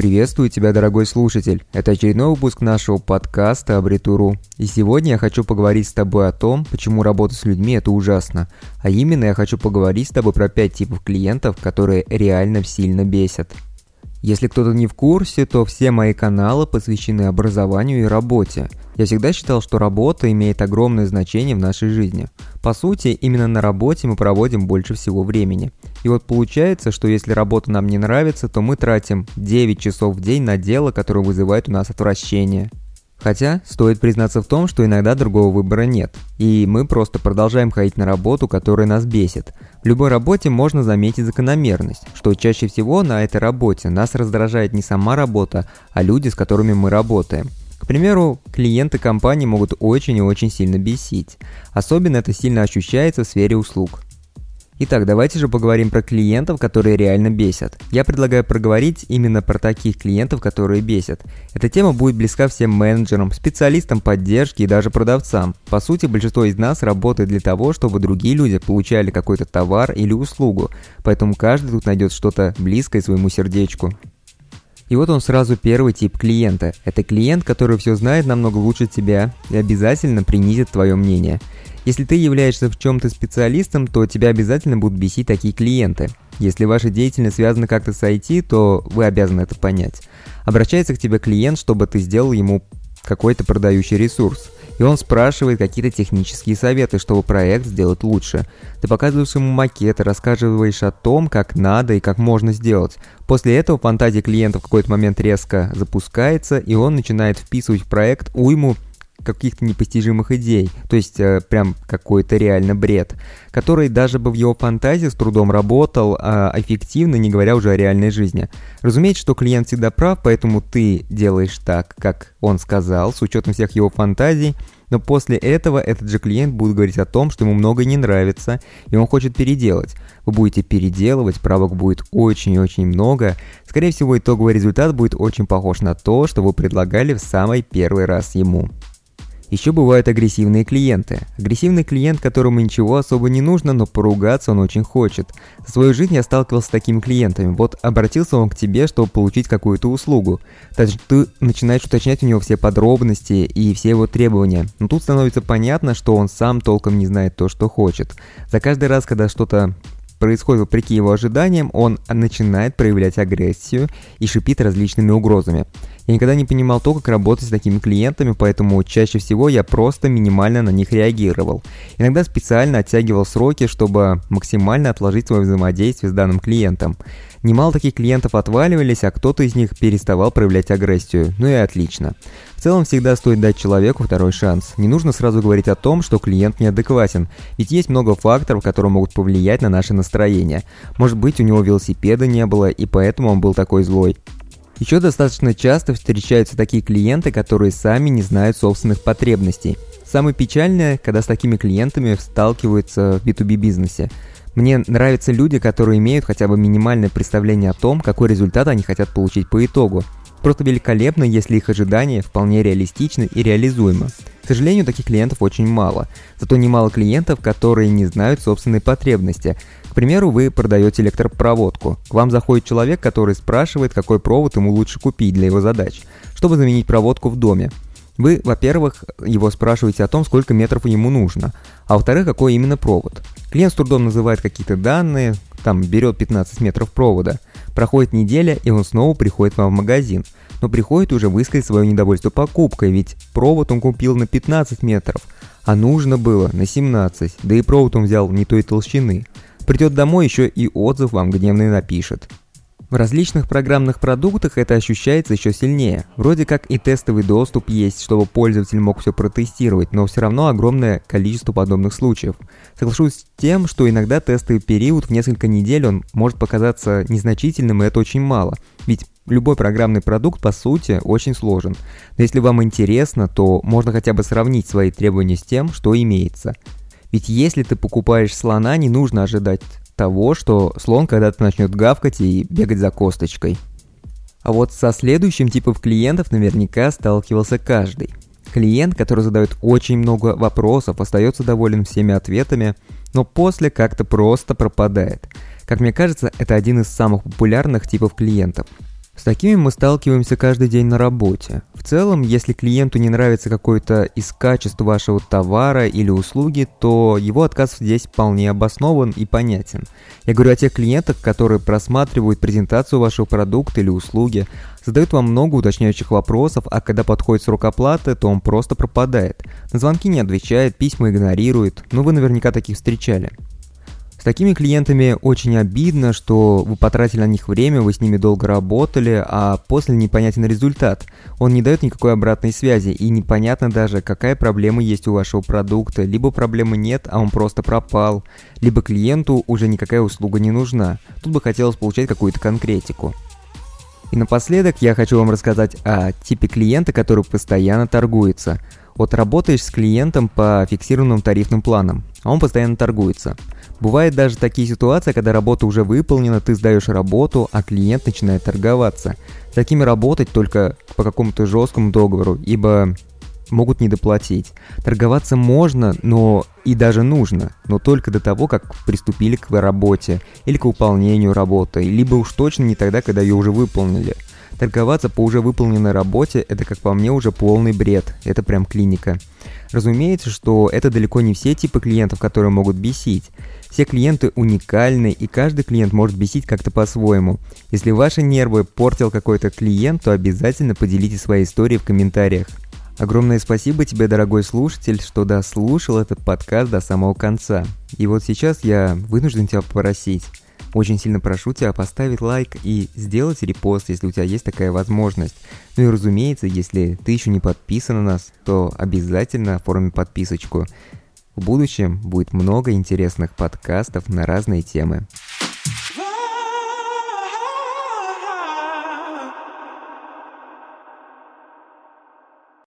Приветствую тебя, дорогой слушатель. Это очередной выпуск нашего подкаста Абритуру. И сегодня я хочу поговорить с тобой о том, почему работа с людьми – это ужасно. А именно я хочу поговорить с тобой про 5 типов клиентов, которые реально сильно бесят. Если кто-то не в курсе, то все мои каналы посвящены образованию и работе. Я всегда считал, что работа имеет огромное значение в нашей жизни. По сути, именно на работе мы проводим больше всего времени. И вот получается, что если работа нам не нравится, то мы тратим 9 часов в день на дело, которое вызывает у нас отвращение. Хотя, стоит признаться в том, что иногда другого выбора нет, и мы просто продолжаем ходить на работу, которая нас бесит. В любой работе можно заметить закономерность, что чаще всего на этой работе нас раздражает не сама работа, а люди, с которыми мы работаем. К примеру, клиенты компании могут очень и очень сильно бесить. Особенно это сильно ощущается в сфере услуг. Итак, давайте же поговорим про клиентов, которые реально бесят. Я предлагаю проговорить именно про таких клиентов, которые бесят. Эта тема будет близка всем менеджерам, специалистам поддержки и даже продавцам. По сути, большинство из нас работает для того, чтобы другие люди получали какой-то товар или услугу, поэтому каждый тут найдет что-то близкое своему сердечку. И вот он сразу первый тип клиента. Это клиент, который все знает намного лучше тебя и обязательно принизит твое мнение. Если ты являешься в чем-то специалистом, то тебя обязательно будут бесить такие клиенты. Если ваша деятельность связана как-то с IT, то вы обязаны это понять. Обращается к тебе клиент, чтобы ты сделал ему какой-то продающий ресурс. И он спрашивает какие-то технические советы, чтобы проект сделать лучше. Ты показываешь ему макеты, рассказываешь о том, как надо и как можно сделать. После этого фантазия клиента в какой-то момент резко запускается, и он начинает вписывать в проект уйму каких-то непостижимых идей, то есть прям какой-то реально бред, который даже бы в его фантазии с трудом работал эффективно, не говоря уже о реальной жизни. Разумеется, что клиент всегда прав, поэтому ты делаешь так, как он сказал, с учетом всех его фантазий, но после этого этот же клиент будет говорить о том, что ему многое не нравится, и он хочет переделать. Вы будете переделывать, правок будет очень и очень много. Скорее всего, итоговый результат будет очень похож на то, что вы предлагали в самый первый раз ему. Еще бывают агрессивные клиенты. Агрессивный клиент, которому ничего особо не нужно, но поругаться он очень хочет. За свою жизнь я сталкивался с такими клиентами. Вот обратился он к тебе, чтобы получить какую-то услугу. Значит, ты начинаешь уточнять у него все подробности и все его требования. Но тут становится понятно, что он сам толком не знает то, что хочет. За каждый раз, когда что-то происходит вопреки его ожиданиям, он начинает проявлять агрессию и шипит различными угрозами. Я никогда не понимал то, как работать с такими клиентами, поэтому чаще всего я просто минимально на них реагировал. Иногда специально оттягивал сроки, чтобы максимально отложить свое взаимодействие с данным клиентом. Немало таких клиентов отваливались, а кто-то из них переставал проявлять агрессию. Ну и отлично. В целом всегда стоит дать человеку второй шанс. Не нужно сразу говорить о том, что клиент неадекватен, ведь есть много факторов, которые могут повлиять на наше настроение. Может быть, у него велосипеда не было, и поэтому он был такой злой. Еще достаточно часто встречаются такие клиенты, которые сами не знают собственных потребностей. Самое печальное, когда с такими клиентами сталкиваются в B2B бизнесе. Мне нравятся люди, которые имеют хотя бы минимальное представление о том, какой результат они хотят получить по итогу. Просто великолепно, если их ожидания вполне реалистичны и реализуемы. К сожалению, таких клиентов очень мало. Зато немало клиентов, которые не знают собственной потребности. К примеру, вы продаете электропроводку. К вам заходит человек, который спрашивает, какой провод ему лучше купить для его задач, чтобы заменить проводку в доме. Вы, во-первых, его спрашиваете о том, сколько метров ему нужно, а во-вторых, какой именно провод. Клиент с трудом называет какие-то данные, берет 15 метров провода. Проходит неделя, и он снова приходит к вам в магазин. Но приходит уже высказать свое недовольство покупкой, ведь провод он купил на 15 метров, а нужно было на 17, да и провод он взял не той толщины. Придет домой, еще и отзыв вам гневный напишет. В различных программных продуктах это ощущается еще сильнее. Вроде как и тестовый доступ есть, чтобы пользователь мог все протестировать, но все равно огромное количество подобных случаев. Соглашусь с тем, что иногда тестовый период в несколько недель он может показаться незначительным, и это очень мало. Ведь любой программный продукт, по сути, очень сложен. Но если вам интересно, то можно хотя бы сравнить свои требования с тем, что имеется. Ведь если ты покупаешь слона, не нужно ожидать того, что слон когда-то начнет гавкать и бегать за косточкой. А вот со следующим типом клиентов наверняка сталкивался каждый. Клиент, который задает очень много вопросов, остается доволен всеми ответами, но после как-то просто пропадает. Как мне кажется, это один из самых популярных типов клиентов. С такими мы сталкиваемся каждый день на работе. В целом, если клиенту не нравится какое-то из качеств вашего товара или услуги, то его отказ здесь вполне обоснован и понятен. Я говорю о тех клиентах, которые просматривают презентацию вашего продукта или услуги, задают вам много уточняющих вопросов, а когда подходит срок оплаты, то он просто пропадает. На звонки не отвечает, письма игнорирует, но вы наверняка таких встречали. С такими клиентами очень обидно, что вы потратили на них время, вы с ними долго работали, а после непонятен результат. Он не дает никакой обратной связи, и непонятно даже, какая проблема есть у вашего продукта. Либо проблемы нет, а он просто пропал, либо клиенту уже никакая услуга не нужна. Тут бы хотелось получать какую-то конкретику. И напоследок я хочу вам рассказать о типе клиента, который постоянно торгуется. Вот работаешь с клиентом по фиксированным тарифным планам, а он постоянно торгуется. Бывают даже такие ситуации, когда работа уже выполнена, ты сдаешь работу, а клиент начинает торговаться. С такими работать только по какому-то жесткому договору, ибо могут недоплатить. Торговаться можно, но и даже нужно, но только до того, как приступили к работе или к выполнению работы, либо уж точно не тогда, когда ее уже выполнили. Торговаться по уже выполненной работе – это, как по мне, уже полный бред, это прям клиника. Разумеется, что это далеко не все типы клиентов, которые могут бесить. Все клиенты уникальны, и каждый клиент может бесить как-то по-своему. Если ваши нервы портил какой-то клиент, то обязательно поделитесь своей историей в комментариях. Огромное спасибо тебе, дорогой слушатель, что дослушал этот подкаст до самого конца. И вот сейчас я вынужден тебя попросить. Очень сильно прошу тебя поставить лайк и сделать репост, если у тебя есть такая возможность. Ну и разумеется, если ты еще не подписан на нас, то обязательно оформи подписочку. В будущем будет много интересных подкастов на разные темы.